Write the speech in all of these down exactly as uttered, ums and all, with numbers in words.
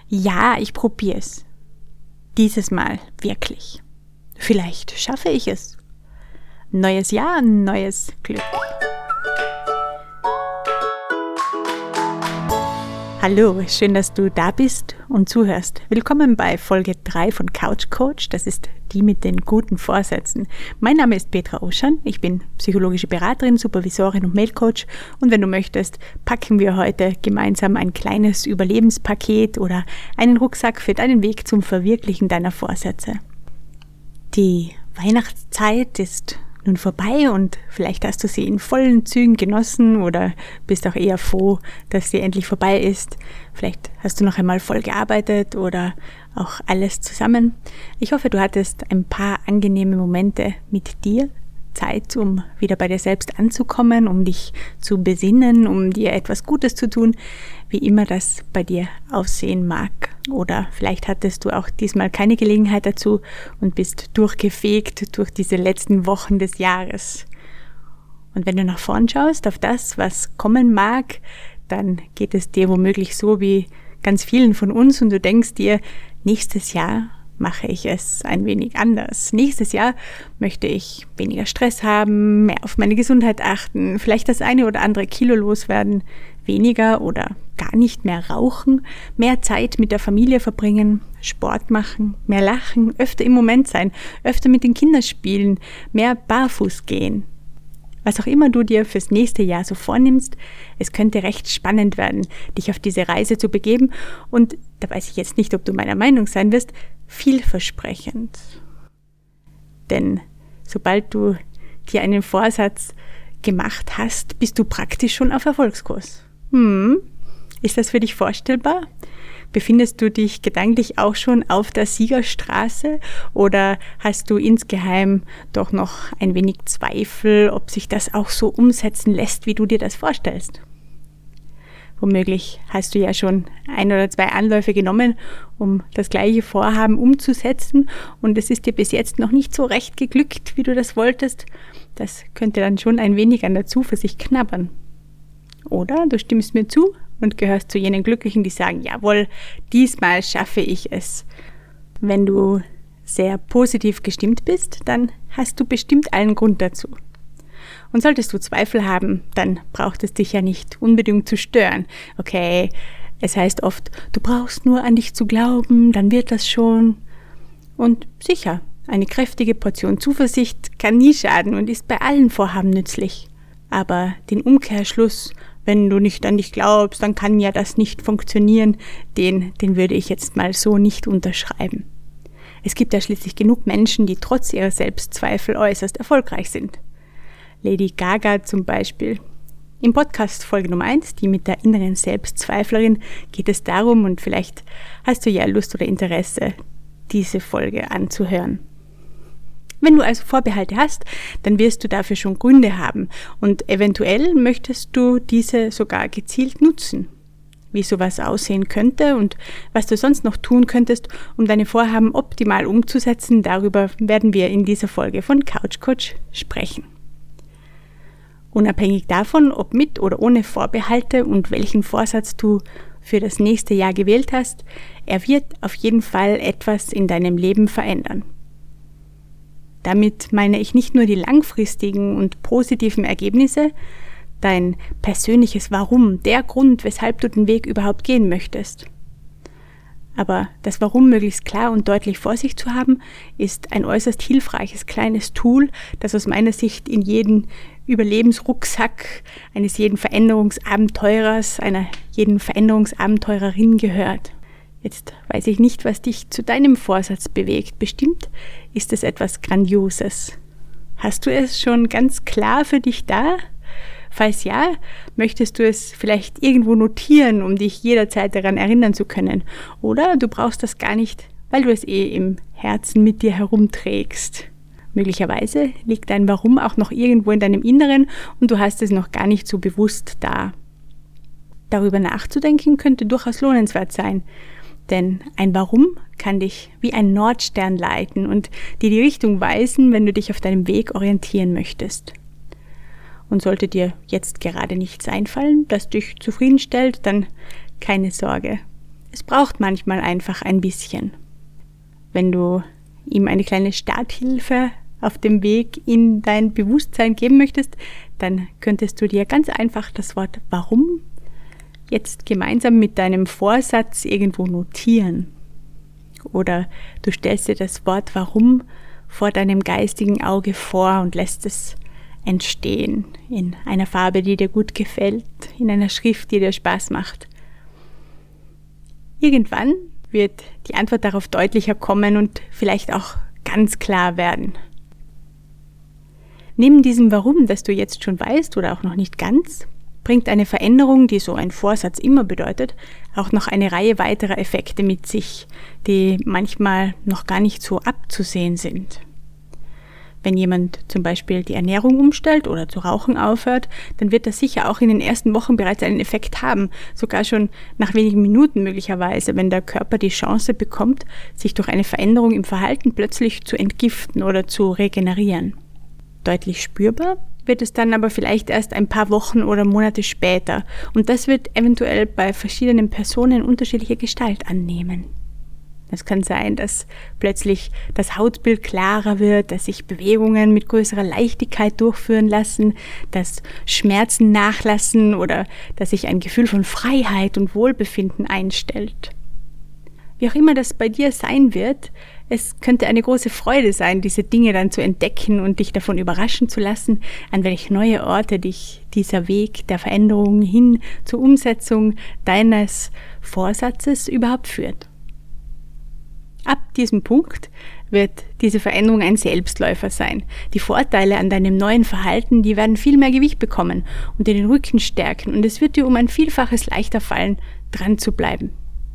Ja, ich probiere es. Dieses Mal wirklich. Vielleicht schaffe ich es. Neues Jahr, neues Glück. Hallo, schön, dass du da bist und zuhörst. Willkommen bei Folge drei von Couch Coach. Das ist die mit den guten Vorsätzen. Mein Name ist Petra Oschan. Ich bin psychologische Beraterin, Supervisorin und Mailcoach. Und wenn du möchtest, packen wir heute gemeinsam ein kleines Überlebenspaket oder einen Rucksack für deinen Weg zum Verwirklichen deiner Vorsätze. Die Weihnachtszeit ist nun vorbei und vielleicht hast du sie in vollen Zügen genossen oder bist auch eher froh, dass sie endlich vorbei ist. Vielleicht hast du noch einmal voll gearbeitet oder auch alles zusammen. Ich hoffe, du hattest ein paar angenehme Momente mit dir, Zeit, um wieder bei dir selbst anzukommen, um dich zu besinnen, um dir etwas Gutes zu tun, wie immer das bei dir aussehen mag. Oder vielleicht hattest du auch diesmal keine Gelegenheit dazu und bist durchgefegt durch diese letzten Wochen des Jahres. Und wenn du nach vorn schaust, auf das, was kommen mag, dann geht es dir womöglich so wie ganz vielen von uns und du denkst dir, nächstes Jahr mache ich es ein wenig anders. Nächstes Jahr möchte ich weniger Stress haben, mehr auf meine Gesundheit achten, vielleicht das eine oder andere Kilo loswerden, weniger oder gar nicht mehr rauchen, mehr Zeit mit der Familie verbringen, Sport machen, mehr lachen, öfter im Moment sein, öfter mit den Kindern spielen, mehr barfuß gehen. Was auch immer du dir fürs nächste Jahr so vornimmst, es könnte recht spannend werden, dich auf diese Reise zu begeben und, da weiß ich jetzt nicht, ob du meiner Meinung sein wirst, vielversprechend. Denn sobald du dir einen Vorsatz gemacht hast, bist du praktisch schon auf Erfolgskurs. Hm, ist das für dich vorstellbar? Befindest du dich gedanklich auch schon auf der Siegerstraße oder hast du insgeheim doch noch ein wenig Zweifel, ob sich das auch so umsetzen lässt, wie du dir das vorstellst? Womöglich hast du ja schon ein oder zwei Anläufe genommen, um das gleiche Vorhaben umzusetzen und es ist dir bis jetzt noch nicht so recht geglückt, wie du das wolltest. Das könnte dann schon ein wenig an der Zuversicht knabbern. Oder du stimmst mir zu und gehörst zu jenen Glücklichen, die sagen, jawohl, diesmal schaffe ich es. Wenn du sehr positiv gestimmt bist, dann hast du bestimmt allen Grund dazu. Und solltest du Zweifel haben, dann braucht es dich ja nicht unbedingt zu stören. Okay, es heißt oft, du brauchst nur an dich zu glauben, dann wird das schon. Und sicher, eine kräftige Portion Zuversicht kann nie schaden und ist bei allen Vorhaben nützlich. Aber den Umkehrschluss, wenn du nicht an dich glaubst, dann kann ja das nicht funktionieren, den, den würde ich jetzt mal so nicht unterschreiben. Es gibt ja schließlich genug Menschen, die trotz ihrer Selbstzweifel äußerst erfolgreich sind. Lady Gaga zum Beispiel. Im Podcast Folge Nummer eins, die mit der inneren Selbstzweiflerin, geht es darum und vielleicht hast du ja Lust oder Interesse, diese Folge anzuhören. Wenn du also Vorbehalte hast, dann wirst du dafür schon Gründe haben und eventuell möchtest du diese sogar gezielt nutzen. Wie sowas aussehen könnte und was du sonst noch tun könntest, um deine Vorhaben optimal umzusetzen, darüber werden wir in dieser Folge von Couch Coach sprechen. Unabhängig davon, ob mit oder ohne Vorbehalte und welchen Vorsatz du für das nächste Jahr gewählt hast, er wird auf jeden Fall etwas in deinem Leben verändern. Damit meine ich nicht nur die langfristigen und positiven Ergebnisse, dein persönliches Warum, der Grund, weshalb du den Weg überhaupt gehen möchtest. Aber das Warum möglichst klar und deutlich vor sich zu haben, ist ein äußerst hilfreiches kleines Tool, das aus meiner Sicht in jeden Überlebensrucksack eines jeden Veränderungsabenteurers, einer jeden Veränderungsabenteurerin gehört. Jetzt weiß ich nicht, was dich zu deinem Vorsatz bewegt. Bestimmt ist es etwas Grandioses. Hast du es schon ganz klar für dich da? Falls ja, möchtest du es vielleicht irgendwo notieren, um dich jederzeit daran erinnern zu können. Oder du brauchst das gar nicht, weil du es eh im Herzen mit dir herumträgst. Möglicherweise liegt dein Warum auch noch irgendwo in deinem Inneren und du hast es noch gar nicht so bewusst da. Darüber nachzudenken könnte durchaus lohnenswert sein. Denn ein Warum kann dich wie ein Nordstern leiten und dir die Richtung weisen, wenn du dich auf deinem Weg orientieren möchtest. Und sollte dir jetzt gerade nichts einfallen, das dich zufriedenstellt, dann keine Sorge. Es braucht manchmal einfach ein bisschen. Wenn du ihm eine kleine Starthilfe auf dem Weg in dein Bewusstsein geben möchtest, dann könntest du dir ganz einfach das Wort Warum jetzt gemeinsam mit deinem Vorsatz irgendwo notieren. Oder du stellst dir das Wort Warum vor deinem geistigen Auge vor und lässt es entstehen in einer Farbe, die dir gut gefällt, in einer Schrift, die dir Spaß macht. Irgendwann wird die Antwort darauf deutlicher kommen und vielleicht auch ganz klar werden. Neben diesem Warum, das du jetzt schon weißt oder auch noch nicht ganz, bringt eine Veränderung, die so ein Vorsatz immer bedeutet, auch noch eine Reihe weiterer Effekte mit sich, die manchmal noch gar nicht so abzusehen sind. Wenn jemand zum Beispiel die Ernährung umstellt oder zu rauchen aufhört, dann wird das sicher auch in den ersten Wochen bereits einen Effekt haben, sogar schon nach wenigen Minuten möglicherweise, wenn der Körper die Chance bekommt, sich durch eine Veränderung im Verhalten plötzlich zu entgiften oder zu regenerieren. Deutlich spürbar wird es dann aber vielleicht erst ein paar Wochen oder Monate später und das wird eventuell bei verschiedenen Personen unterschiedliche Gestalt annehmen. Es kann sein, dass plötzlich das Hautbild klarer wird, dass sich Bewegungen mit größerer Leichtigkeit durchführen lassen, dass Schmerzen nachlassen oder dass sich ein Gefühl von Freiheit und Wohlbefinden einstellt. Wie auch immer das bei dir sein wird, es könnte eine große Freude sein, diese Dinge dann zu entdecken und dich davon überraschen zu lassen, an welche neue Orte dich dieser Weg der Veränderung hin zur Umsetzung deines Vorsatzes überhaupt führt. Ab diesem Punkt wird diese Veränderung ein Selbstläufer sein. Die Vorteile an deinem neuen Verhalten, die werden viel mehr Gewicht bekommen und dir den Rücken stärken und es wird dir um ein Vielfaches leichter fallen, dran zu bleiben.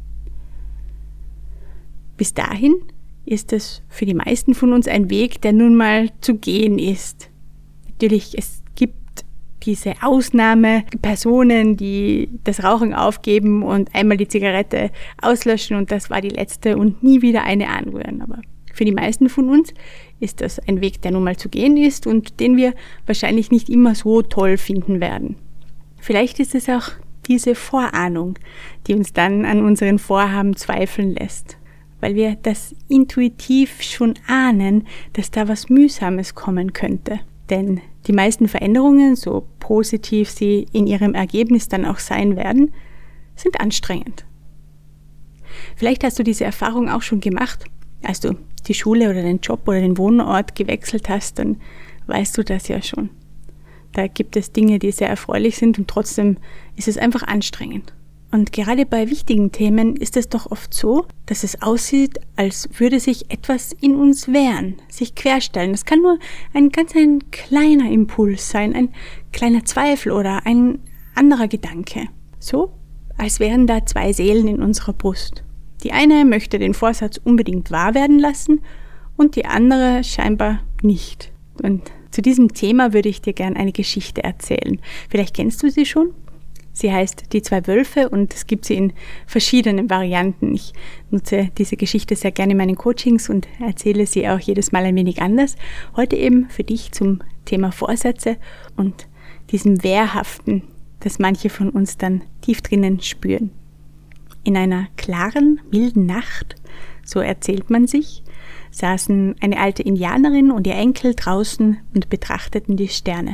Bis dahin ist es für die meisten von uns ein Weg, der nun mal zu gehen ist. Natürlich, es gibt diese Ausnahmepersonen, die das Rauchen aufgeben und einmal die Zigarette auslöschen und das war die letzte und nie wieder eine anrühren. Aber für die meisten von uns ist das ein Weg, der nun mal zu gehen ist und den wir wahrscheinlich nicht immer so toll finden werden. Vielleicht ist es auch diese Vorahnung, die uns dann an unseren Vorhaben zweifeln lässt, weil wir das intuitiv schon ahnen, dass da was Mühsames kommen könnte. Denn die meisten Veränderungen, so positiv sie in ihrem Ergebnis dann auch sein werden, sind anstrengend. Vielleicht hast du diese Erfahrung auch schon gemacht, als du die Schule oder den Job oder den Wohnort gewechselt hast, dann weißt du das ja schon. Da gibt es Dinge, die sehr erfreulich sind und trotzdem ist es einfach anstrengend. Und gerade bei wichtigen Themen ist es doch oft so, dass es aussieht, als würde sich etwas in uns wehren, sich querstellen. Das kann nur ein ganz ein kleiner Impuls sein, ein kleiner Zweifel oder ein anderer Gedanke. So, als wären da zwei Seelen in unserer Brust. Die eine möchte den Vorsatz unbedingt wahr werden lassen und die andere scheinbar nicht. Und zu diesem Thema würde ich dir gerne eine Geschichte erzählen. Vielleicht kennst du sie schon? Sie heißt Die zwei Wölfe und es gibt sie in verschiedenen Varianten. Ich nutze diese Geschichte sehr gerne in meinen Coachings und erzähle sie auch jedes Mal ein wenig anders. Heute eben für dich zum Thema Vorsätze und diesem Wehrhaften, das manche von uns dann tief drinnen spüren. In einer klaren, milden Nacht, so erzählt man sich, saßen eine alte Indianerin und ihr Enkel draußen und betrachteten die Sterne.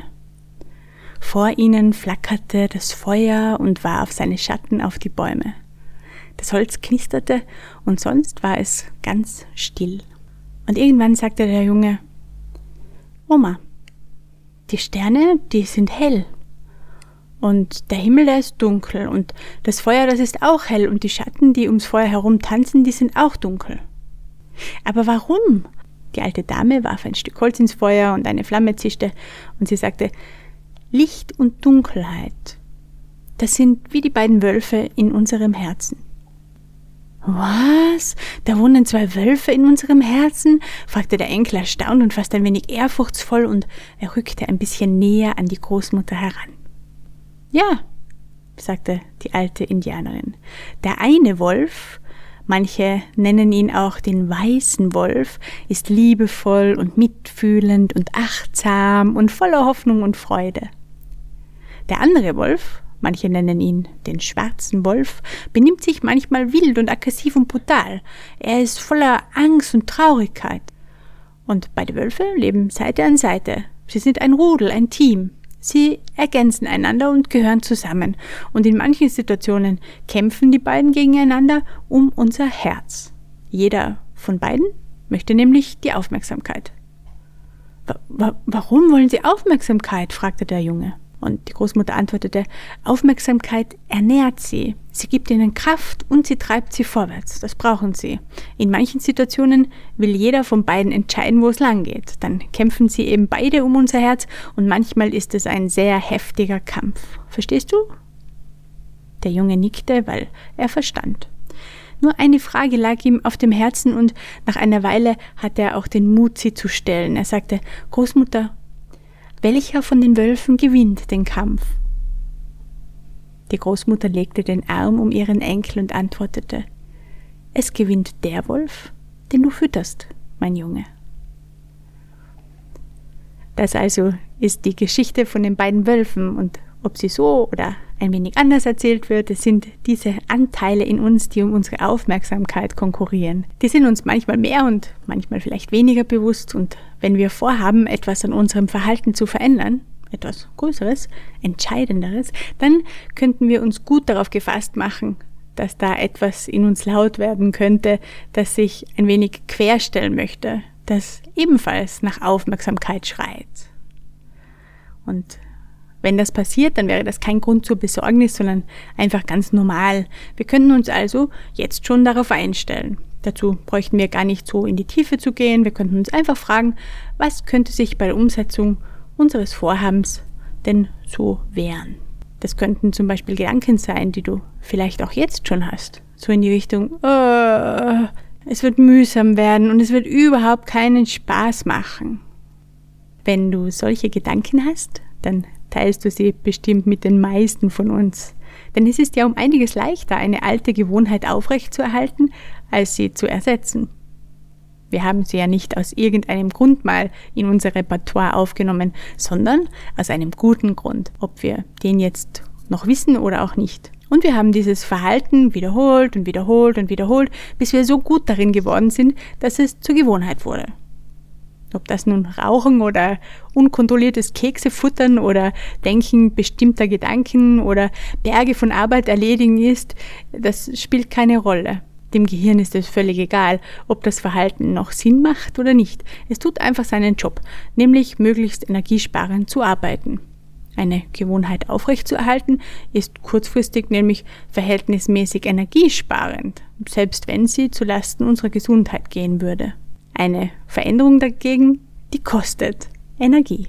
Vor ihnen flackerte das Feuer und warf seine Schatten auf die Bäume. Das Holz knisterte und sonst war es ganz still. Und irgendwann sagte der Junge: Oma, die Sterne, die sind hell. Und der Himmel, der ist dunkel. Und das Feuer, das ist auch hell. Und die Schatten, die ums Feuer herum tanzen, die sind auch dunkel. Aber warum? Die alte Dame warf ein Stück Holz ins Feuer und eine Flamme zischte. Und sie sagte: Licht und Dunkelheit, das sind wie die beiden Wölfe in unserem Herzen. Was? Da wohnen zwei Wölfe in unserem Herzen? Fragte der Enkel erstaunt und fast ein wenig ehrfurchtsvoll und er rückte ein bisschen näher an die Großmutter heran. Ja, sagte die alte Indianerin. Der eine Wolf, manche nennen ihn auch den weißen Wolf, ist liebevoll und mitfühlend und achtsam und voller Hoffnung und Freude. Der andere Wolf, manche nennen ihn den schwarzen Wolf, benimmt sich manchmal wild und aggressiv und brutal. Er ist voller Angst und Traurigkeit. Und beide Wölfe leben Seite an Seite. Sie sind ein Rudel, ein Team. Sie ergänzen einander und gehören zusammen. Und in manchen Situationen kämpfen die beiden gegeneinander um unser Herz. Jeder von beiden möchte nämlich die Aufmerksamkeit. »Warum wollen Sie Aufmerksamkeit?« fragte der Junge. Und die Großmutter antwortete, Aufmerksamkeit ernährt sie. Sie gibt ihnen Kraft und sie treibt sie vorwärts. Das brauchen sie. In manchen Situationen will jeder von beiden entscheiden, wo es lang geht. Dann kämpfen sie eben beide um unser Herz und manchmal ist es ein sehr heftiger Kampf. Verstehst du? Der Junge nickte, weil er verstand. Nur eine Frage lag ihm auf dem Herzen und nach einer Weile hatte er auch den Mut, sie zu stellen. Er sagte, Großmutter, welcher von den Wölfen gewinnt den Kampf? Die Großmutter legte den Arm um ihren Enkel und antwortete, es gewinnt der Wolf, den du fütterst, mein Junge. Das also ist die Geschichte von den beiden Wölfen und ob sie so oder ein wenig anders erzählt wird, es sind diese Anteile in uns, die um unsere Aufmerksamkeit konkurrieren. Die sind uns manchmal mehr und manchmal vielleicht weniger bewusst und wenn wir vorhaben, etwas an unserem Verhalten zu verändern, etwas Größeres, Entscheidenderes, dann könnten wir uns gut darauf gefasst machen, dass da etwas in uns laut werden könnte, das sich ein wenig querstellen möchte, das ebenfalls nach Aufmerksamkeit schreit. Und wenn das passiert, dann wäre das kein Grund zur Besorgnis, sondern einfach ganz normal. Wir können uns also jetzt schon darauf einstellen. Dazu bräuchten wir gar nicht so in die Tiefe zu gehen. Wir könnten uns einfach fragen, was könnte sich bei der Umsetzung unseres Vorhabens denn so wehren? Das könnten zum Beispiel Gedanken sein, die du vielleicht auch jetzt schon hast. So in die Richtung, oh, es wird mühsam werden und es wird überhaupt keinen Spaß machen. Wenn du solche Gedanken hast, dann teilst du sie bestimmt mit den meisten von uns. Denn es ist ja um einiges leichter, eine alte Gewohnheit aufrechtzuerhalten, als sie zu ersetzen. Wir haben sie ja nicht aus irgendeinem Grund mal in unser Repertoire aufgenommen, sondern aus einem guten Grund, ob wir den jetzt noch wissen oder auch nicht. Und wir haben dieses Verhalten wiederholt und wiederholt und wiederholt, bis wir so gut darin geworden sind, dass es zur Gewohnheit wurde. Ob das nun Rauchen oder unkontrolliertes Kekse futtern oder Denken bestimmter Gedanken oder Berge von Arbeit erledigen ist, das spielt keine Rolle. Dem Gehirn ist es völlig egal, ob das Verhalten noch Sinn macht oder nicht. Es tut einfach seinen Job, nämlich möglichst energiesparend zu arbeiten. Eine Gewohnheit aufrechtzuerhalten ist kurzfristig nämlich verhältnismäßig energiesparend, selbst wenn sie zulasten unserer Gesundheit gehen würde. Eine Veränderung dagegen, die kostet Energie.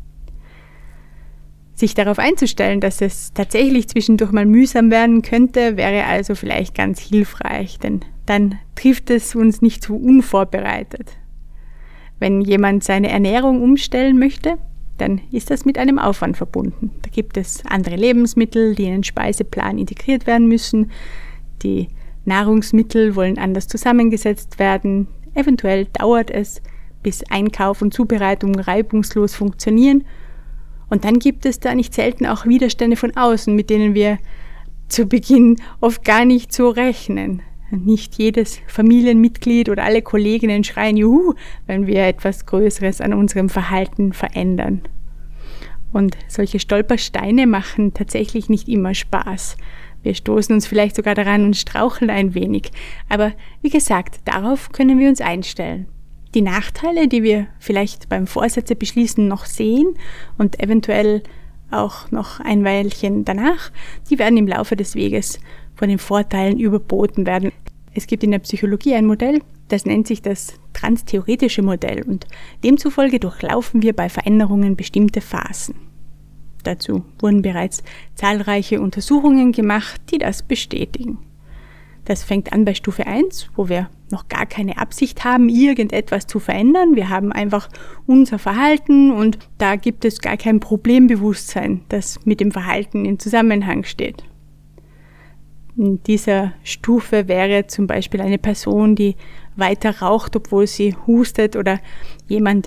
Sich darauf einzustellen, dass es tatsächlich zwischendurch mal mühsam werden könnte, wäre also vielleicht ganz hilfreich, denn dann trifft es uns nicht so unvorbereitet. Wenn jemand seine Ernährung umstellen möchte, dann ist das mit einem Aufwand verbunden. Da gibt es andere Lebensmittel, die in den Speiseplan integriert werden müssen. Die Nahrungsmittel wollen anders zusammengesetzt werden. Eventuell dauert es, bis Einkauf und Zubereitung reibungslos funktionieren. Und dann gibt es da nicht selten auch Widerstände von außen, mit denen wir zu Beginn oft gar nicht so rechnen. Nicht jedes Familienmitglied oder alle Kolleginnen schreien Juhu, wenn wir etwas Größeres an unserem Verhalten verändern. Und solche Stolpersteine machen tatsächlich nicht immer Spaß. Wir stoßen uns vielleicht sogar daran und straucheln ein wenig. Aber wie gesagt, darauf können wir uns einstellen. Die Nachteile, die wir vielleicht beim Vorsätze beschließen noch sehen und eventuell auch noch ein Weilchen danach, die werden im Laufe des Weges von den Vorteilen überboten werden. Es gibt in der Psychologie ein Modell, das nennt sich das transtheoretische Modell und demzufolge durchlaufen wir bei Veränderungen bestimmte Phasen. Dazu wurden bereits zahlreiche Untersuchungen gemacht, die das bestätigen. Das fängt an bei Stufe eins, wo wir noch gar keine Absicht haben, irgendetwas zu verändern. Wir haben einfach unser Verhalten und da gibt es gar kein Problembewusstsein, das mit dem Verhalten in Zusammenhang steht. In dieser Stufe wäre zum Beispiel eine Person, die weiter raucht, obwohl sie hustet, oder jemand,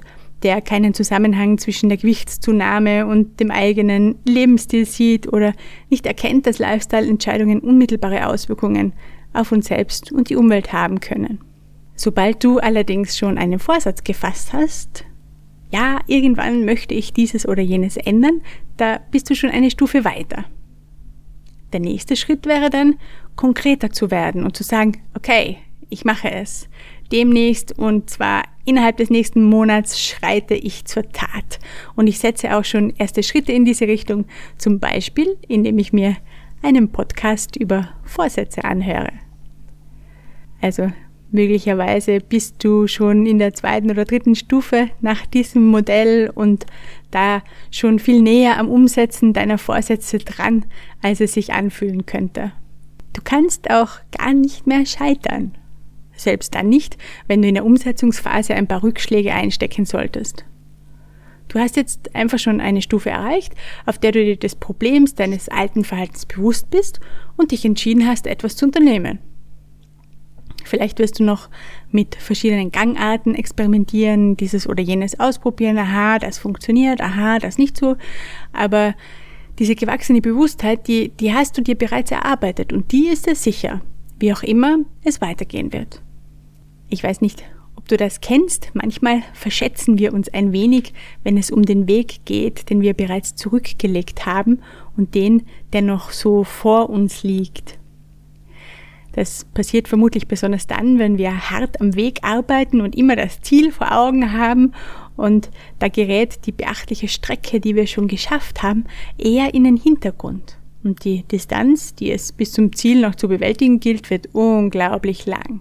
der keinen Zusammenhang zwischen der Gewichtszunahme und dem eigenen Lebensstil sieht oder nicht erkennt, dass Lifestyle-Entscheidungen unmittelbare Auswirkungen auf uns selbst und die Umwelt haben können. Sobald du allerdings schon einen Vorsatz gefasst hast, ja, irgendwann möchte ich dieses oder jenes ändern, da bist du schon eine Stufe weiter. Der nächste Schritt wäre dann, konkreter zu werden und zu sagen, okay, ich mache es. Demnächst und zwar innerhalb des nächsten Monats schreite ich zur Tat. Und ich setze auch schon erste Schritte in diese Richtung, zum Beispiel, indem ich mir einen Podcast über Vorsätze anhöre. Also möglicherweise bist du schon in der zweiten oder dritten Stufe nach diesem Modell und da schon viel näher am Umsetzen deiner Vorsätze dran, als es sich anfühlen könnte. Du kannst auch gar nicht mehr scheitern. Selbst dann nicht, wenn du in der Umsetzungsphase ein paar Rückschläge einstecken solltest. Du hast jetzt einfach schon eine Stufe erreicht, auf der du dir des Problems deines alten Verhaltens bewusst bist und dich entschieden hast, etwas zu unternehmen. Vielleicht wirst du noch mit verschiedenen Gangarten experimentieren, dieses oder jenes ausprobieren, aha, das funktioniert, aha, das nicht so, aber diese gewachsene Bewusstheit, die, die hast du dir bereits erarbeitet und die ist dir sicher, wie auch immer es weitergehen wird. Ich weiß nicht, ob du das kennst, manchmal verschätzen wir uns ein wenig, wenn es um den Weg geht, den wir bereits zurückgelegt haben und den, der noch so vor uns liegt. Das passiert vermutlich besonders dann, wenn wir hart am Weg arbeiten und immer das Ziel vor Augen haben und da gerät die beachtliche Strecke, die wir schon geschafft haben, eher in den Hintergrund. Und die Distanz, die es bis zum Ziel noch zu bewältigen gilt, wird unglaublich lang.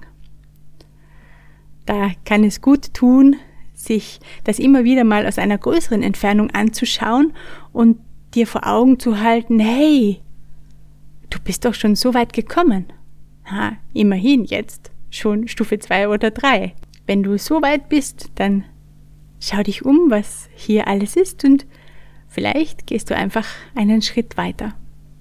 Da kann es gut tun, sich das immer wieder mal aus einer größeren Entfernung anzuschauen und dir vor Augen zu halten, hey, du bist doch schon so weit gekommen. Ha, immerhin jetzt schon Stufe zwei oder drei. Wenn du so weit bist, dann schau dich um, was hier alles ist und vielleicht gehst du einfach einen Schritt weiter.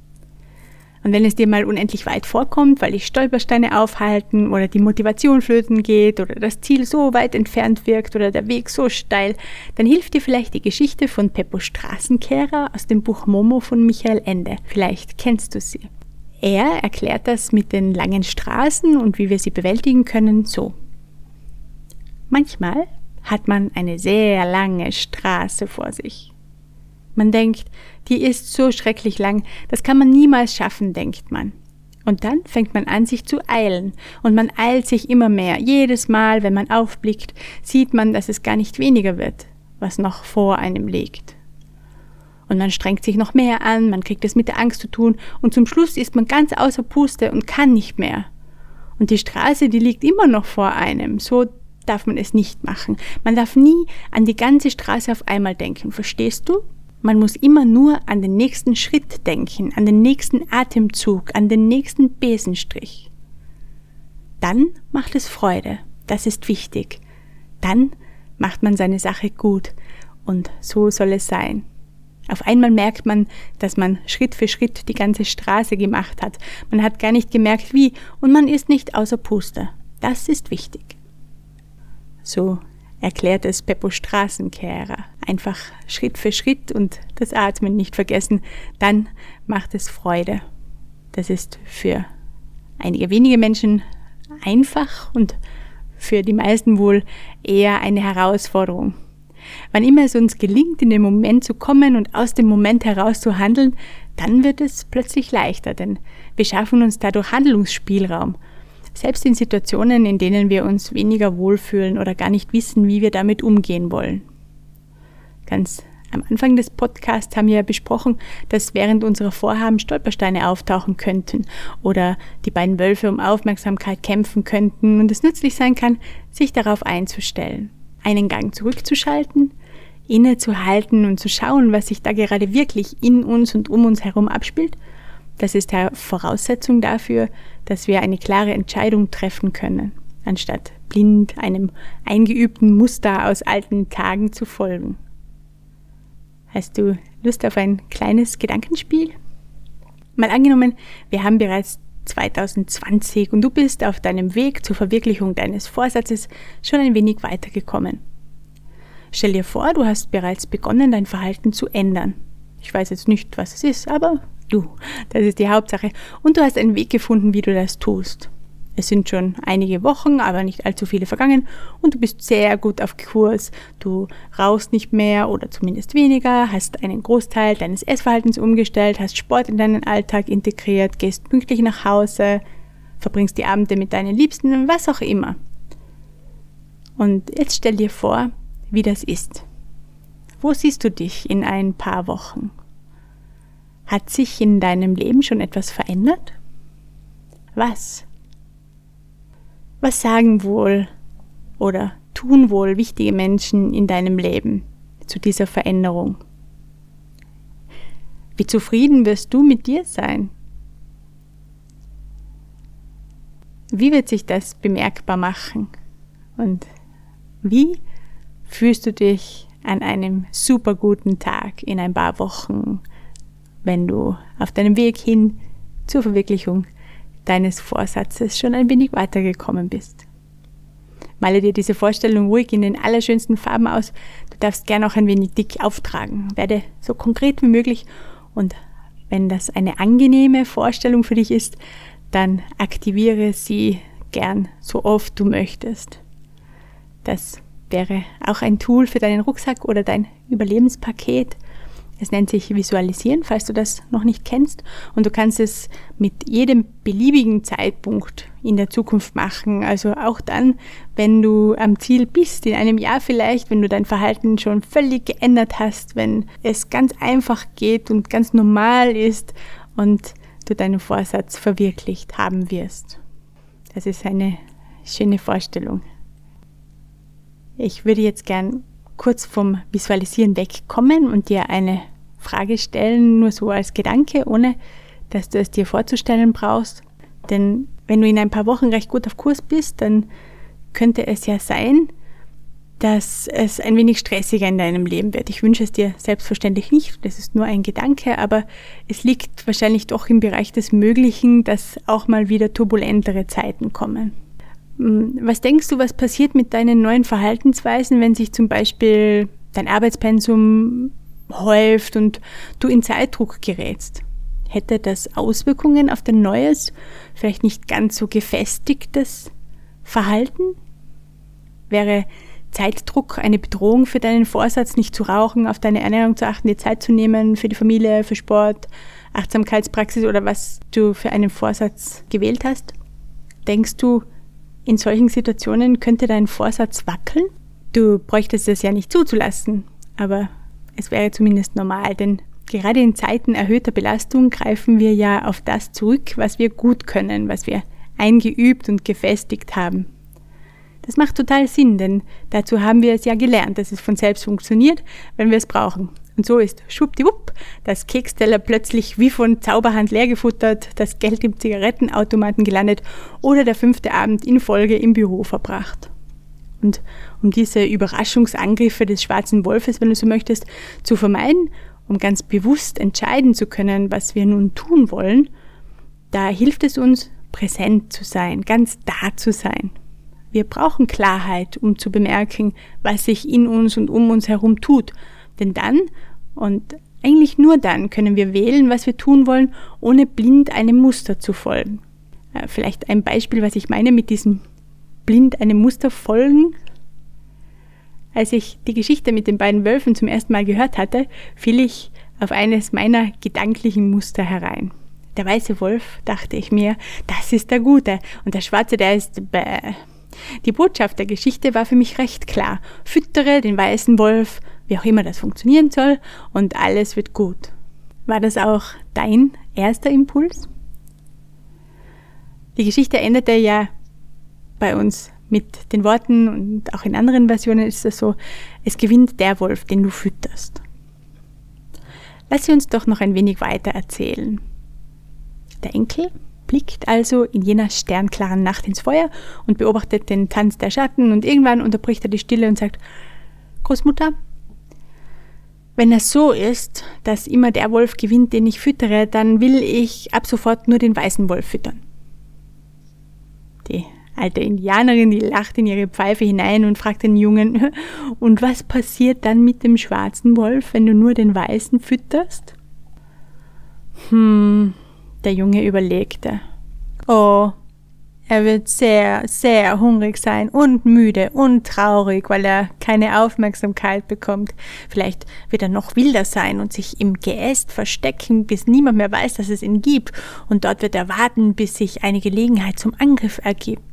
Und wenn es dir mal unendlich weit vorkommt, weil dich Stolpersteine aufhalten oder die Motivation flöten geht oder das Ziel so weit entfernt wirkt oder der Weg so steil, dann hilft dir vielleicht die Geschichte von Beppo Straßenkehrer aus dem Buch Momo von Michael Ende. Vielleicht kennst du sie. Er erklärt das mit den langen Straßen und wie wir sie bewältigen können so. Manchmal hat man eine sehr lange Straße vor sich. Man denkt, die ist so schrecklich lang, das kann man niemals schaffen, denkt man. Und dann fängt man an, sich zu eilen. Und man eilt sich immer mehr. Jedes Mal, wenn man aufblickt, sieht man, dass es gar nicht weniger wird, was noch vor einem liegt. Und man strengt sich noch mehr an, man kriegt es mit der Angst zu tun und zum Schluss ist man ganz außer Puste und kann nicht mehr. Und die Straße, die liegt immer noch vor einem. So darf man es nicht machen. Man darf nie an die ganze Straße auf einmal denken, verstehst du? Man muss immer nur an den nächsten Schritt denken, an den nächsten Atemzug, an den nächsten Besenstrich. Dann macht es Freude, das ist wichtig. Dann macht man seine Sache gut und so soll es sein. Auf einmal merkt man, dass man Schritt für Schritt die ganze Straße gemacht hat. Man hat gar nicht gemerkt, wie, und man ist nicht außer Puste. Das ist wichtig. So erklärt es Beppo Straßenkehrer. Einfach Schritt für Schritt und das Atmen nicht vergessen, dann macht es Freude. Das ist für einige wenige Menschen einfach und für die meisten wohl eher eine Herausforderung. Wann immer es uns gelingt, in den Moment zu kommen und aus dem Moment heraus zu handeln, dann wird es plötzlich leichter, denn wir schaffen uns dadurch Handlungsspielraum. Selbst in Situationen, in denen wir uns weniger wohlfühlen oder gar nicht wissen, wie wir damit umgehen wollen. Ganz am Anfang des Podcasts haben wir ja besprochen, dass während unserer Vorhaben Stolpersteine auftauchen könnten oder die beiden Wölfe um Aufmerksamkeit kämpfen könnten und es nützlich sein kann, sich darauf einzustellen, einen Gang zurückzuschalten, innezuhalten und zu schauen, was sich da gerade wirklich in uns und um uns herum abspielt. Das ist die Voraussetzung dafür, dass wir eine klare Entscheidung treffen können, anstatt blind einem eingeübten Muster aus alten Tagen zu folgen. Hast du Lust auf ein kleines Gedankenspiel? Mal angenommen, wir haben bereits zwanzig zwanzig und du bist auf deinem Weg zur Verwirklichung deines Vorsatzes schon ein wenig weitergekommen. Stell dir vor, du hast bereits begonnen, dein Verhalten zu ändern. Ich weiß jetzt nicht, was es ist, aber du, das ist die Hauptsache. Und du hast einen Weg gefunden, wie du das tust. Es sind schon einige Wochen, aber nicht allzu viele vergangen und du bist sehr gut auf Kurs. Du rauchst nicht mehr oder zumindest weniger, hast einen Großteil deines Essverhaltens umgestellt, hast Sport in deinen Alltag integriert, gehst pünktlich nach Hause, verbringst die Abende mit deinen Liebsten, was auch immer. Und jetzt stell dir vor, wie das ist. Wo siehst du dich in ein paar Wochen? Hat sich in deinem Leben schon etwas verändert? Was? Was sagen wohl oder tun wohl wichtige Menschen in deinem Leben zu dieser Veränderung? Wie zufrieden wirst du mit dir sein? Wie wird sich das bemerkbar machen? Und wie fühlst du dich an einem super guten Tag in ein paar Wochen, wenn du auf deinem Weg hin zur Verwirklichung deines Vorsatzes schon ein wenig weitergekommen bist? Male dir diese Vorstellung ruhig in den allerschönsten Farben aus. Du darfst gerne auch ein wenig dick auftragen. Werde so konkret wie möglich und wenn das eine angenehme Vorstellung für dich ist, dann aktiviere sie gern so oft du möchtest. Das wäre auch ein Tool für deinen Rucksack oder dein Überlebenspaket. Es nennt sich Visualisieren, falls du das noch nicht kennst. Und du kannst es mit jedem beliebigen Zeitpunkt in der Zukunft machen. Also auch dann, wenn du am Ziel bist, in einem Jahr vielleicht, wenn du dein Verhalten schon völlig geändert hast, wenn es ganz einfach geht und ganz normal ist und du deinen Vorsatz verwirklicht haben wirst. Das ist eine schöne Vorstellung. Ich würde jetzt gern kurz vom Visualisieren wegkommen und dir eine Frage stellen, nur so als Gedanke, ohne dass du es dir vorzustellen brauchst. Denn wenn du in ein paar Wochen recht gut auf Kurs bist, dann könnte es ja sein, dass es ein wenig stressiger in deinem Leben wird. Ich wünsche es dir selbstverständlich nicht, das ist nur ein Gedanke, aber es liegt wahrscheinlich doch im Bereich des Möglichen, dass auch mal wieder turbulentere Zeiten kommen. Was denkst du, was passiert mit deinen neuen Verhaltensweisen, wenn sich zum Beispiel dein Arbeitspensum häuft und du in Zeitdruck gerätst? Hätte das Auswirkungen auf dein neues, vielleicht nicht ganz so gefestigtes Verhalten? Wäre Zeitdruck eine Bedrohung für deinen Vorsatz, nicht zu rauchen, auf deine Ernährung zu achten, dir Zeit zu nehmen für die Familie, für Sport, Achtsamkeitspraxis oder was du für einen Vorsatz gewählt hast? Denkst du, in solchen Situationen könnte dein Vorsatz wackeln? Du bräuchtest es ja nicht zuzulassen, aber es wäre zumindest normal, denn gerade in Zeiten erhöhter Belastung greifen wir ja auf das zurück, was wir gut können, was wir eingeübt und gefestigt haben. Das macht total Sinn, denn dazu haben wir es ja gelernt, dass es von selbst funktioniert, wenn wir es brauchen. Und so ist schwuppdiwupp das Keksteller plötzlich wie von Zauberhand leer gefuttert, das Geld im Zigarettenautomaten gelandet oder der fünfte Abend in Folge im Büro verbracht. Und um diese Überraschungsangriffe des schwarzen Wolfes, wenn du so möchtest, zu vermeiden, um ganz bewusst entscheiden zu können, was wir nun tun wollen, da hilft es uns, präsent zu sein, ganz da zu sein. Wir brauchen Klarheit, um zu bemerken, was sich in uns und um uns herum tut. Denn dann, und eigentlich nur dann, können wir wählen, was wir tun wollen, ohne blind einem Muster zu folgen. Äh, vielleicht ein Beispiel, was ich meine mit diesem blind einem Muster folgen. Als ich die Geschichte mit den beiden Wölfen zum ersten Mal gehört hatte, fiel ich auf eines meiner gedanklichen Muster herein. Der weiße Wolf, dachte ich mir, das ist der Gute, und der schwarze, der ist bäh. Die Botschaft der Geschichte war für mich recht klar. Füttere den weißen Wolf, wie auch immer das funktionieren soll, und alles wird gut. War das auch dein erster Impuls? Die Geschichte endete ja bei uns mit den Worten, und auch in anderen Versionen ist es so, es gewinnt der Wolf, den du fütterst. Lass uns doch noch ein wenig weiter erzählen. Der Enkel blickt also in jener sternklaren Nacht ins Feuer und beobachtet den Tanz der Schatten, und irgendwann unterbricht er die Stille und sagt: Großmutter, wenn es so ist, dass immer der Wolf gewinnt, den ich füttere, dann will ich ab sofort nur den weißen Wolf füttern. Die alte Indianerin, die lacht in ihre Pfeife hinein und fragt den Jungen, und was passiert dann mit dem schwarzen Wolf, wenn du nur den weißen fütterst? Hm, der Junge überlegte. Oh, er wird sehr, sehr hungrig sein und müde und traurig, weil er keine Aufmerksamkeit bekommt. Vielleicht wird er noch wilder sein und sich im Geäst verstecken, bis niemand mehr weiß, dass es ihn gibt. Und dort wird er warten, bis sich eine Gelegenheit zum Angriff ergibt.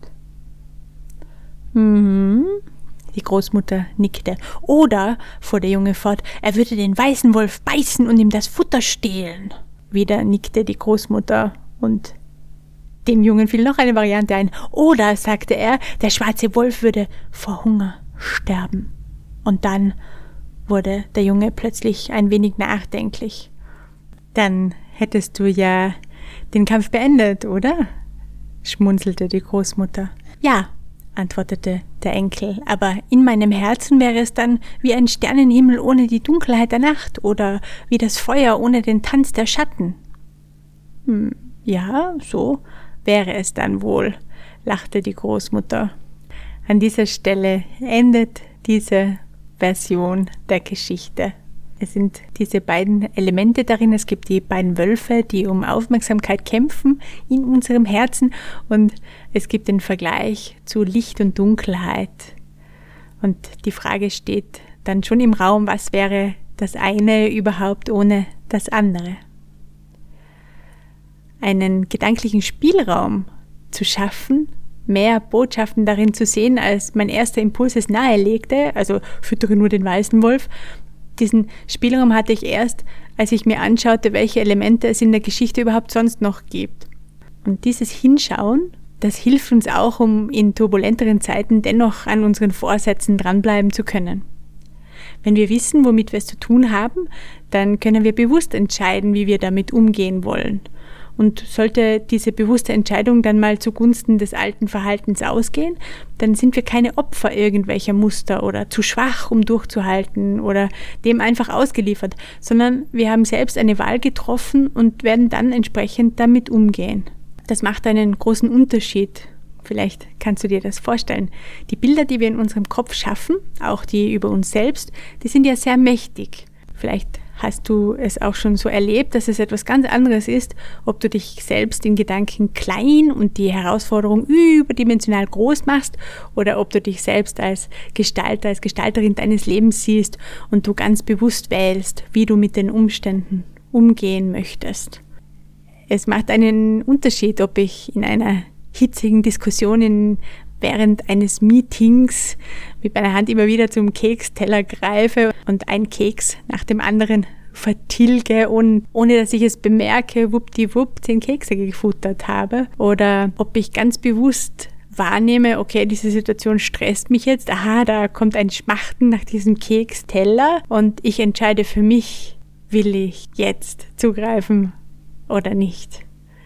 Mhm. Die Großmutter nickte. Oder, fuhr der Junge fort, er würde den weißen Wolf beißen und ihm das Futter stehlen. Wieder nickte die Großmutter und dem Jungen fiel noch eine Variante ein. Oder, sagte er, der schwarze Wolf würde vor Hunger sterben. Und dann wurde der Junge plötzlich ein wenig nachdenklich. Dann hättest du ja den Kampf beendet, oder? Schmunzelte die Großmutter. Ja, antwortete der Enkel, aber in meinem Herzen wäre es dann wie ein Sternenhimmel ohne die Dunkelheit der Nacht oder wie das Feuer ohne den Tanz der Schatten. Hm, ja, so wäre es dann wohl, lachte die Großmutter. An dieser Stelle endet diese Version der Geschichte. Es sind diese beiden Elemente darin. Es gibt die beiden Wölfe, die um Aufmerksamkeit kämpfen in unserem Herzen, und es gibt den Vergleich zu Licht und Dunkelheit. Und die Frage steht dann schon im Raum, was wäre das eine überhaupt ohne das andere? Einen gedanklichen Spielraum zu schaffen, mehr Botschaften darin zu sehen, als mein erster Impuls es nahelegte, also füttere nur den weißen Wolf. Diesen Spielraum hatte ich erst, als ich mir anschaute, welche Elemente es in der Geschichte überhaupt sonst noch gibt. Und dieses Hinschauen, das hilft uns auch, um in turbulenteren Zeiten dennoch an unseren Vorsätzen dranbleiben zu können. Wenn wir wissen, womit wir es zu tun haben, dann können wir bewusst entscheiden, wie wir damit umgehen wollen. Und sollte diese bewusste Entscheidung dann mal zugunsten des alten Verhaltens ausgehen, dann sind wir keine Opfer irgendwelcher Muster oder zu schwach, um durchzuhalten oder dem einfach ausgeliefert, sondern wir haben selbst eine Wahl getroffen und werden dann entsprechend damit umgehen. Das macht einen großen Unterschied. Vielleicht kannst du dir das vorstellen. Die Bilder, die wir in unserem Kopf schaffen, auch die über uns selbst, die sind ja sehr mächtig. Vielleicht hast du es auch schon so erlebt, dass es etwas ganz anderes ist, ob du dich selbst in Gedanken klein und die Herausforderung überdimensional groß machst oder ob du dich selbst als Gestalter, als Gestalterin deines Lebens siehst und du ganz bewusst wählst, wie du mit den Umständen umgehen möchtest. Es macht einen Unterschied, ob ich in einer hitzigen Diskussion in während eines Meetings mit meiner Hand immer wieder zum Keksteller greife und einen Keks nach dem anderen vertilge und ohne dass ich es bemerke, wuppdiwupp zehn Kekse gefuttert habe. Oder ob ich ganz bewusst wahrnehme, okay, diese Situation stresst mich jetzt, aha, da kommt ein Schmachten nach diesem Keksteller und ich entscheide für mich, will ich jetzt zugreifen oder nicht.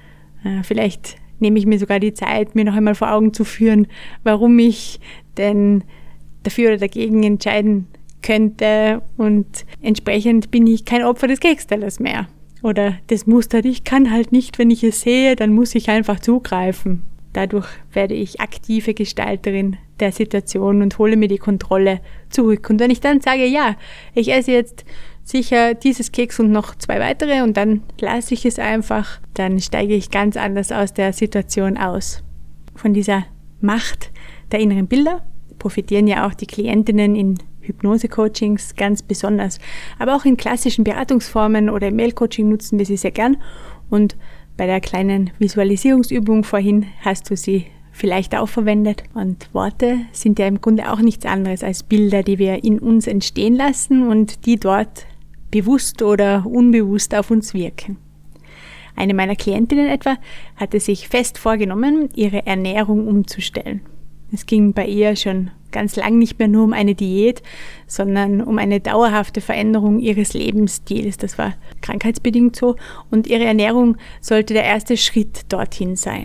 Äh, vielleicht nehme ich mir sogar die Zeit, mir noch einmal vor Augen zu führen, warum ich denn dafür oder dagegen entscheiden könnte, und entsprechend bin ich kein Opfer des Kekstellers mehr. Oder das Muster, ich kann halt nicht, wenn ich es sehe, dann muss ich einfach zugreifen. Dadurch werde ich aktive Gestalterin der Situation und hole mir die Kontrolle zurück. Und wenn ich dann sage, ja, ich esse jetzt sicher dieses Keks und noch zwei weitere und dann lasse ich es einfach, dann steige ich ganz anders aus der Situation aus. Von dieser Macht der inneren Bilder profitieren ja auch die Klientinnen in Hypnose-Coachings ganz besonders. Aber auch in klassischen Beratungsformen oder im Mail-Coaching nutzen wir sie sehr gern. Und bei der kleinen Visualisierungsübung vorhin hast du sie vielleicht auch verwendet. Und Worte sind ja im Grunde auch nichts anderes als Bilder, die wir in uns entstehen lassen und die dort bewusst oder unbewusst auf uns wirken. Eine meiner Klientinnen etwa hatte sich fest vorgenommen, ihre Ernährung umzustellen. Es ging bei ihr schon ganz lang nicht mehr nur um eine Diät, sondern um eine dauerhafte Veränderung ihres Lebensstils. Das war krankheitsbedingt so und ihre Ernährung sollte der erste Schritt dorthin sein.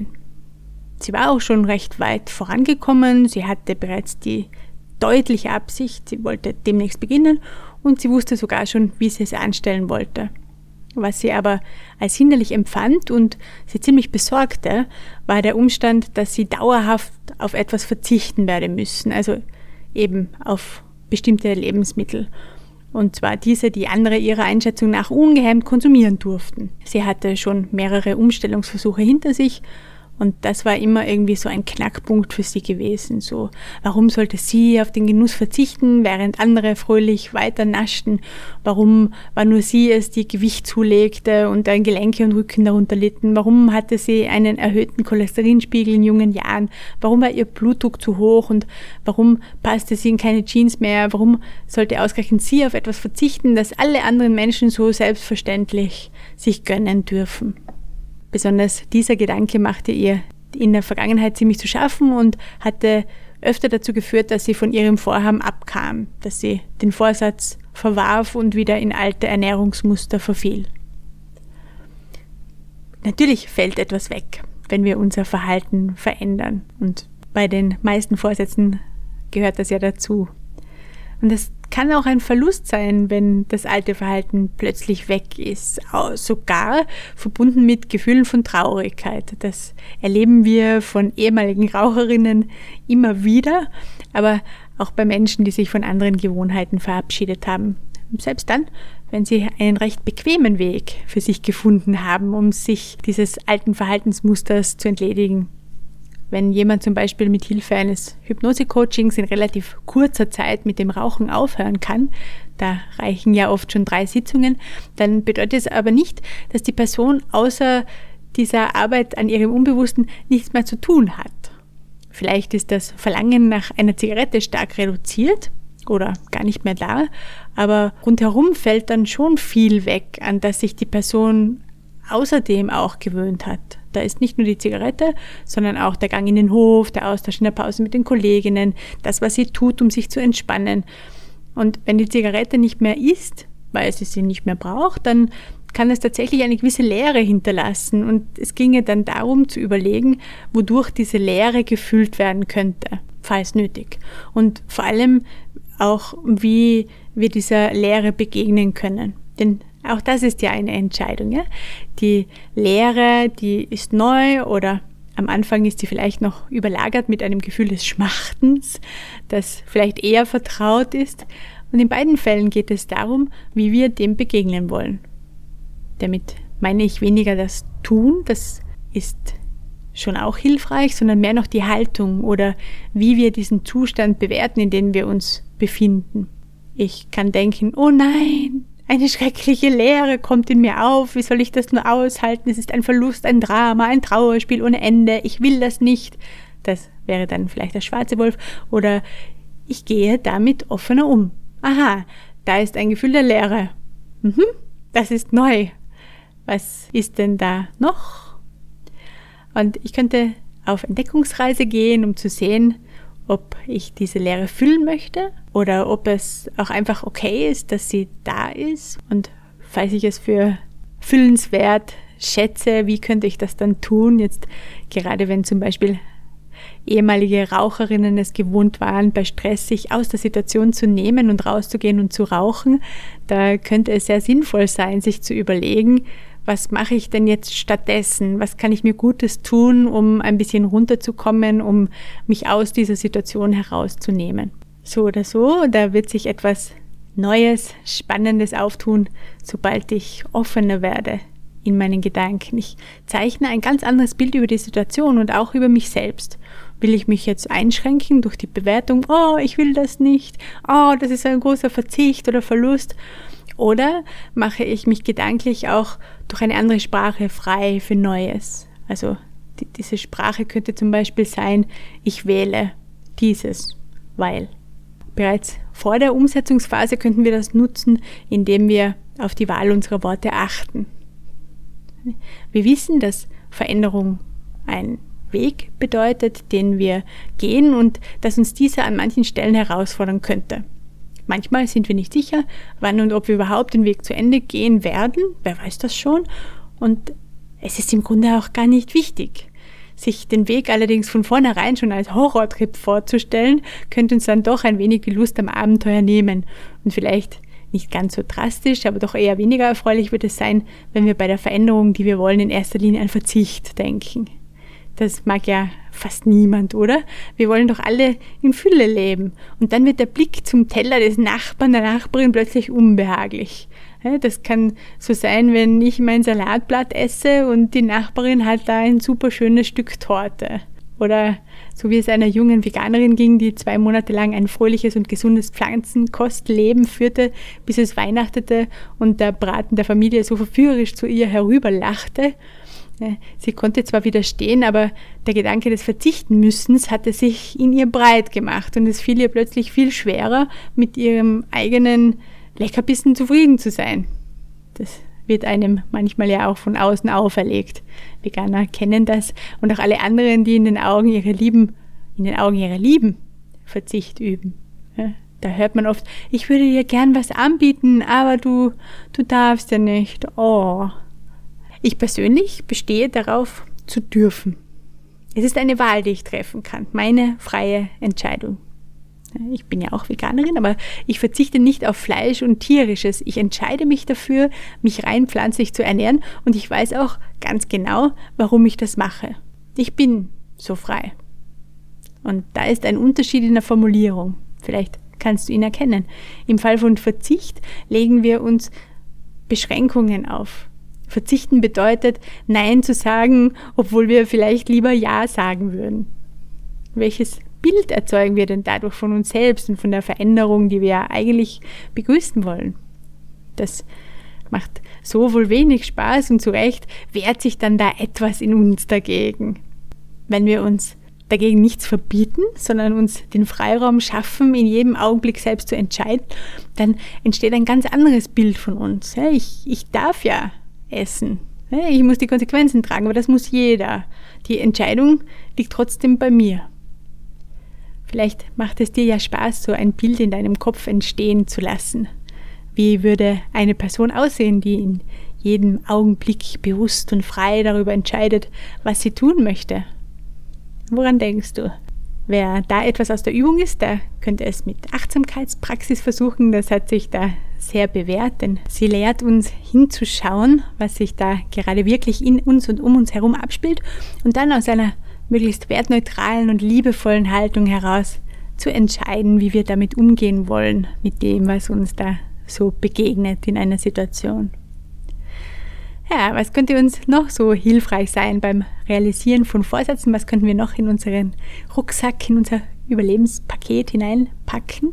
Sie war auch schon recht weit vorangekommen, sie hatte bereits die deutliche Absicht, sie wollte demnächst beginnen und sie wusste sogar schon, wie sie es anstellen wollte. Was sie aber als hinderlich empfand und sie ziemlich besorgte, war der Umstand, dass sie dauerhaft auf etwas verzichten werde müssen, also eben auf bestimmte Lebensmittel. Und zwar diese, die andere ihrer Einschätzung nach ungehemmt konsumieren durften. Sie hatte schon mehrere Umstellungsversuche hinter sich und das war immer irgendwie so ein Knackpunkt für sie gewesen. So, warum sollte sie auf den Genuss verzichten, während andere fröhlich weiter naschten? Warum war nur sie es, die Gewicht zulegte und deren Gelenke und Rücken darunter litten? Warum hatte sie einen erhöhten Cholesterinspiegel in jungen Jahren? Warum war ihr Blutdruck zu hoch und warum passte sie in keine Jeans mehr? Warum sollte ausgerechnet sie auf etwas verzichten, das alle anderen Menschen so selbstverständlich sich gönnen dürfen? Besonders dieser Gedanke machte ihr in der Vergangenheit ziemlich zu schaffen und hatte öfter dazu geführt, dass sie von ihrem Vorhaben abkam, dass sie den Vorsatz verwarf und wieder in alte Ernährungsmuster verfiel. Natürlich fällt etwas weg, wenn wir unser Verhalten verändern. Und bei den meisten Vorsätzen gehört das ja dazu. Und es kann auch ein Verlust sein, wenn das alte Verhalten plötzlich weg ist, sogar verbunden mit Gefühlen von Traurigkeit. Das erleben wir von ehemaligen Raucherinnen immer wieder, aber auch bei Menschen, die sich von anderen Gewohnheiten verabschiedet haben. Selbst dann, wenn sie einen recht bequemen Weg für sich gefunden haben, um sich dieses alten Verhaltensmusters zu entledigen. Wenn jemand zum Beispiel mit Hilfe eines Hypnose-Coachings in relativ kurzer Zeit mit dem Rauchen aufhören kann, da reichen ja oft schon drei Sitzungen, dann bedeutet es aber nicht, dass die Person außer dieser Arbeit an ihrem Unbewussten nichts mehr zu tun hat. Vielleicht ist das Verlangen nach einer Zigarette stark reduziert oder gar nicht mehr da, aber rundherum fällt dann schon viel weg, an das sich die Person außerdem auch gewöhnt hat. Da ist nicht nur die Zigarette, sondern auch der Gang in den Hof, der Austausch in der Pause mit den Kolleginnen, das, was sie tut, um sich zu entspannen. Und wenn die Zigarette nicht mehr ist, weil sie sie nicht mehr braucht, dann kann es tatsächlich eine gewisse Leere hinterlassen. Und es ginge dann darum zu überlegen, wodurch diese Leere gefüllt werden könnte, falls nötig. Und vor allem auch, wie wir dieser Leere begegnen können. Denn auch das ist ja eine Entscheidung. Ja? Die Leere, die ist neu oder am Anfang ist sie vielleicht noch überlagert mit einem Gefühl des Schmachtens, das vielleicht eher vertraut ist. Und in beiden Fällen geht es darum, wie wir dem begegnen wollen. Damit meine ich weniger das Tun, das ist schon auch hilfreich, sondern mehr noch die Haltung oder wie wir diesen Zustand bewerten, in dem wir uns befinden. Ich kann denken, oh nein, eine schreckliche Leere kommt in mir auf. Wie soll ich das nur aushalten? Es ist ein Verlust, ein Drama, ein Trauerspiel ohne Ende. Ich will das nicht. Das wäre dann vielleicht der schwarze Wolf. Oder ich gehe damit offener um. Aha, da ist ein Gefühl der Leere. Mhm, das ist neu. Was ist denn da noch? Und ich könnte auf Entdeckungsreise gehen, um zu sehen, ob ich diese Leere füllen möchte oder ob es auch einfach okay ist, dass sie da ist. Und falls ich es für füllenswert schätze, wie könnte ich das dann tun? Jetzt gerade wenn zum Beispiel ehemalige Raucherinnen es gewohnt waren, bei Stress sich aus der Situation zu nehmen und rauszugehen und zu rauchen, da könnte es sehr sinnvoll sein, sich zu überlegen, was mache ich denn jetzt stattdessen? Was kann ich mir Gutes tun, um ein bisschen runterzukommen, um mich aus dieser Situation herauszunehmen? So oder so, da wird sich etwas Neues, Spannendes auftun, sobald ich offener werde in meinen Gedanken. Ich zeichne ein ganz anderes Bild über die Situation und auch über mich selbst. Will ich mich jetzt einschränken durch die Bewertung, oh, ich will das nicht, oh, das ist ein großer Verzicht oder Verlust? Oder mache ich mich gedanklich auch durch eine andere Sprache frei für Neues? Also die, diese Sprache könnte zum Beispiel sein, ich wähle dieses, weil. Bereits vor der Umsetzungsphase könnten wir das nutzen, indem wir auf die Wahl unserer Worte achten. Wir wissen, dass Veränderung ein Weg bedeutet, den wir gehen und dass uns dieser an manchen Stellen herausfordern könnte. Manchmal sind wir nicht sicher, wann und ob wir überhaupt den Weg zu Ende gehen werden. Wer weiß das schon? Und es ist im Grunde auch gar nicht wichtig. Sich den Weg allerdings von vornherein schon als Horrortrip vorzustellen, könnte uns dann doch ein wenig die Lust am Abenteuer nehmen. Und vielleicht Nicht ganz so drastisch, aber doch eher weniger erfreulich wird es sein, wenn wir bei der Veränderung, die wir wollen, in erster Linie an Verzicht denken. Das mag ja fast niemand, oder? Wir wollen doch alle in Fülle leben. Und dann wird der Blick zum Teller des Nachbarn, der Nachbarin plötzlich unbehaglich. Das kann so sein, wenn ich mein Salatblatt esse und die Nachbarin hat da ein super schönes Stück Torte. Oder so wie es einer jungen Veganerin ging, die zwei Monate lang ein fröhliches und gesundes Pflanzenkostleben führte, bis es weihnachtete und der Braten der Familie so verführerisch zu ihr herüberlachte. Sie konnte zwar widerstehen, aber der Gedanke des Verzichtenmüssens hatte sich in ihr breit gemacht und es fiel ihr plötzlich viel schwerer, mit ihrem eigenen Leckerbissen zufrieden zu sein. Das wird einem manchmal ja auch von außen auferlegt. Veganer kennen das und auch alle anderen, die in den Augen ihrer Lieben, in den Augen ihrer Lieben Verzicht üben. Ja, da hört man oft, ich würde dir gern was anbieten, aber du, du darfst ja nicht. Oh. Ich persönlich bestehe darauf, zu dürfen. Es ist eine Wahl, die ich treffen kann, meine freie Entscheidung. Ich bin ja auch Veganerin, aber ich verzichte nicht auf Fleisch und Tierisches. Ich entscheide mich dafür, mich rein pflanzlich zu ernähren und ich weiß auch ganz genau, warum ich das mache. Ich bin so frei. Und da ist ein Unterschied in der Formulierung. Vielleicht kannst du ihn erkennen. Im Fall von Verzicht legen wir uns Beschränkungen auf. Verzichten bedeutet, Nein zu sagen, obwohl wir vielleicht lieber Ja sagen würden. Welches Bild erzeugen wir denn dadurch von uns selbst und von der Veränderung, die wir ja eigentlich begrüßen wollen? Das macht so wohl wenig Spaß und zu Recht wehrt sich dann da etwas in uns dagegen. Wenn wir uns dagegen nichts verbieten, sondern uns den Freiraum schaffen, in jedem Augenblick selbst zu entscheiden, dann entsteht ein ganz anderes Bild von uns. Ich, ich darf ja essen. Ich muss die Konsequenzen tragen, aber das muss jeder. Die Entscheidung liegt trotzdem bei mir. Vielleicht macht es dir ja Spaß, so ein Bild in deinem Kopf entstehen zu lassen. Wie würde eine Person aussehen, die in jedem Augenblick bewusst und frei darüber entscheidet, was sie tun möchte? Woran denkst du? Wer da etwas aus der Übung ist, der könnte es mit Achtsamkeitspraxis versuchen. Das hat sich da sehr bewährt, denn sie lehrt uns hinzuschauen, was sich da gerade wirklich in uns und um uns herum abspielt und dann aus einer möglichst wertneutralen und liebevollen Haltung heraus zu entscheiden, wie wir damit umgehen wollen, mit dem, was uns da so begegnet in einer Situation. Ja, was könnte uns noch so hilfreich sein beim Realisieren von Vorsätzen? Was könnten wir noch in unseren Rucksack, in unser Überlebenspaket hineinpacken?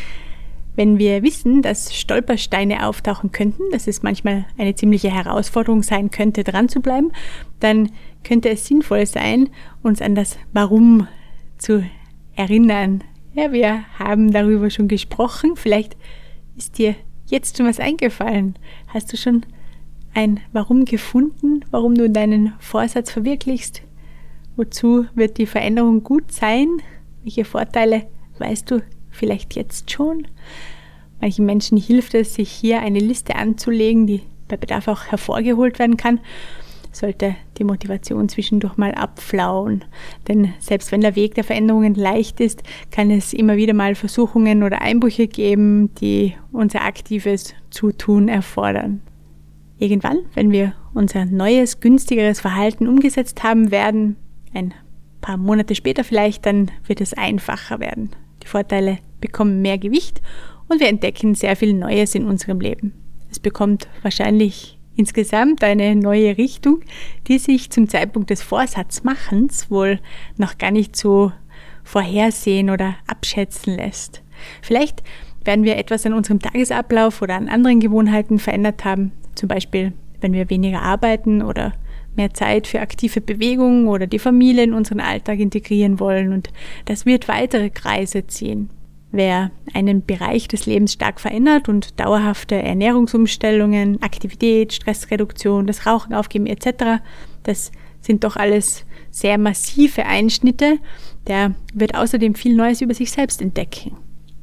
Wenn wir wissen, dass Stolpersteine auftauchen könnten, dass es manchmal eine ziemliche Herausforderung sein könnte, dran zu bleiben, dann könnte es sinnvoll sein, uns an das Warum zu erinnern. Ja, wir haben darüber schon gesprochen. Vielleicht ist dir jetzt schon was eingefallen. Hast du schon ein Warum gefunden, warum du deinen Vorsatz verwirklichst? Wozu wird die Veränderung gut sein? Welche Vorteile weißt du vielleicht jetzt schon? Manchen Menschen hilft es, sich hier eine Liste anzulegen, die bei Bedarf auch hervorgeholt werden kann. Sollte die Motivation zwischendurch mal abflauen. Denn selbst wenn der Weg der Veränderungen leicht ist, kann es immer wieder mal Versuchungen oder Einbrüche geben, die unser aktives Zutun erfordern. Irgendwann, wenn wir unser neues, günstigeres Verhalten umgesetzt haben werden, ein paar Monate später vielleicht, dann wird es einfacher werden. Die Vorteile bekommen mehr Gewicht und wir entdecken sehr viel Neues in unserem Leben. Es bekommt wahrscheinlich insgesamt eine neue Richtung, die sich zum Zeitpunkt des Vorsatzmachens wohl noch gar nicht so vorhersehen oder abschätzen lässt. Vielleicht werden wir etwas an unserem Tagesablauf oder an anderen Gewohnheiten verändert haben, zum Beispiel wenn wir weniger arbeiten oder mehr Zeit für aktive Bewegung oder die Familie in unseren Alltag integrieren wollen und das wird weitere Kreise ziehen. Wer einen Bereich des Lebens stark verändert und dauerhafte Ernährungsumstellungen, Aktivität, Stressreduktion, das Rauchen aufgeben et cetera, das sind doch alles sehr massive Einschnitte, der wird außerdem viel Neues über sich selbst entdecken.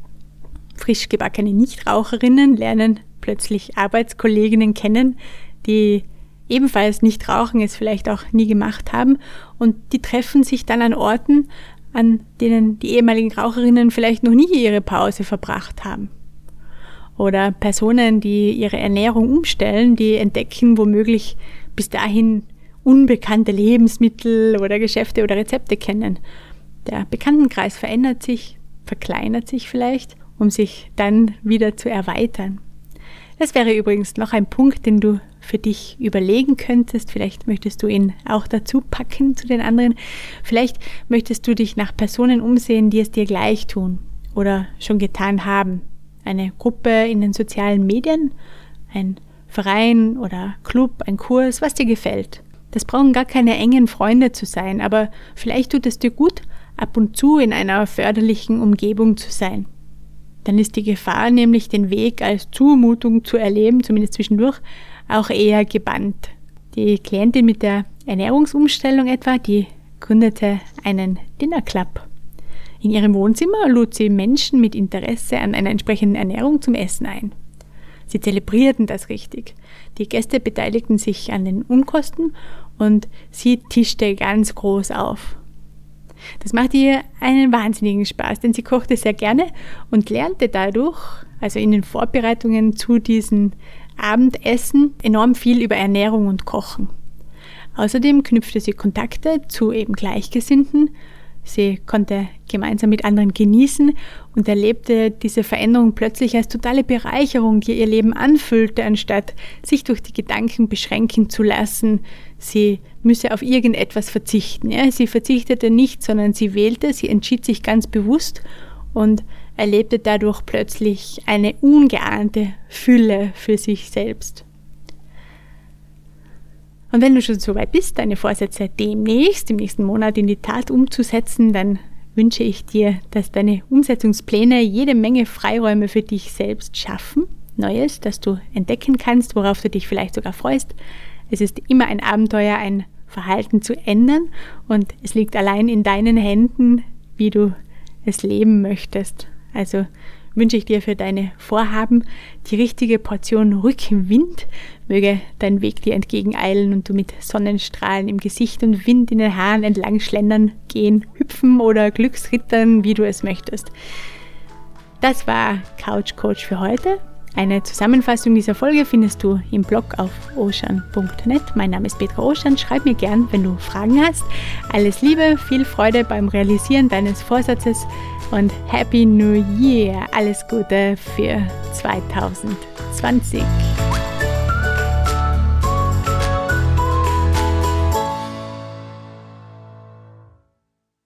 Frisch gebackene Nichtraucherinnen lernen plötzlich Arbeitskolleginnen kennen, die ebenfalls nicht rauchen, es vielleicht auch nie gemacht haben und die treffen sich dann an Orten, an denen die ehemaligen Raucherinnen vielleicht noch nie ihre Pause verbracht haben. Oder Personen, die ihre Ernährung umstellen, die entdecken womöglich bis dahin unbekannte Lebensmittel oder Geschäfte oder Rezepte kennen. Der Bekanntenkreis verändert sich, verkleinert sich vielleicht, um sich dann wieder zu erweitern. Das wäre übrigens noch ein Punkt, den du für dich überlegen könntest. Vielleicht möchtest du ihn auch dazu packen zu den anderen. Vielleicht möchtest du dich nach Personen umsehen, die es dir gleich tun oder schon getan haben. Eine Gruppe in den sozialen Medien, ein Verein oder Club, ein Kurs, was dir gefällt. Das brauchen gar keine engen Freunde zu sein, aber vielleicht tut es dir gut, ab und zu in einer förderlichen Umgebung zu sein. Dann ist die Gefahr nämlich, den Weg als Zumutung zu erleben, zumindest zwischendurch, auch eher gebannt. Die Klientin mit der Ernährungsumstellung etwa, die gründete einen Dinner Club. In ihrem Wohnzimmer lud sie Menschen mit Interesse an einer entsprechenden Ernährung zum Essen ein. Sie zelebrierten das richtig. Die Gäste beteiligten sich an den Unkosten und sie tischte ganz groß auf. Das machte ihr einen wahnsinnigen Spaß, denn sie kochte sehr gerne und lernte dadurch, also in den Vorbereitungen zu diesen Abendessen, enorm viel über Ernährung und Kochen. Außerdem knüpfte sie Kontakte zu eben Gleichgesinnten. Sie konnte gemeinsam mit anderen genießen und erlebte diese Veränderung plötzlich als totale Bereicherung, die ihr Leben anfüllte, anstatt sich durch die Gedanken beschränken zu lassen, sie müsse auf irgendetwas verzichten. Ja, sie verzichtete nicht, sondern sie wählte, sie entschied sich ganz bewusst und erlebte dadurch plötzlich eine ungeahnte Fülle für sich selbst. Und wenn du schon so weit bist, deine Vorsätze demnächst, im nächsten Monat in die Tat umzusetzen, dann wünsche ich dir, dass deine Umsetzungspläne jede Menge Freiräume für dich selbst schaffen. Neues, das du entdecken kannst, worauf du dich vielleicht sogar freust. Es ist immer ein Abenteuer, ein Verhalten zu ändern und es liegt allein in deinen Händen, wie du es leben möchtest. Also wünsche ich dir für deine Vorhaben die richtige Portion Rückenwind. Möge dein Weg dir entgegeneilen und du mit Sonnenstrahlen im Gesicht und Wind in den Haaren entlang schlendern, gehen, hüpfen oder Glücksrittern, wie du es möchtest. Das war Couch Coach für heute. Eine Zusammenfassung dieser Folge findest du im Blog auf ocean punkt net. Mein Name ist Petra Ocean. Schreib mir gern, wenn du Fragen hast. Alles Liebe, viel Freude beim Realisieren deines Vorsatzes und Happy New Year. Alles Gute für zwanzig zwanzig.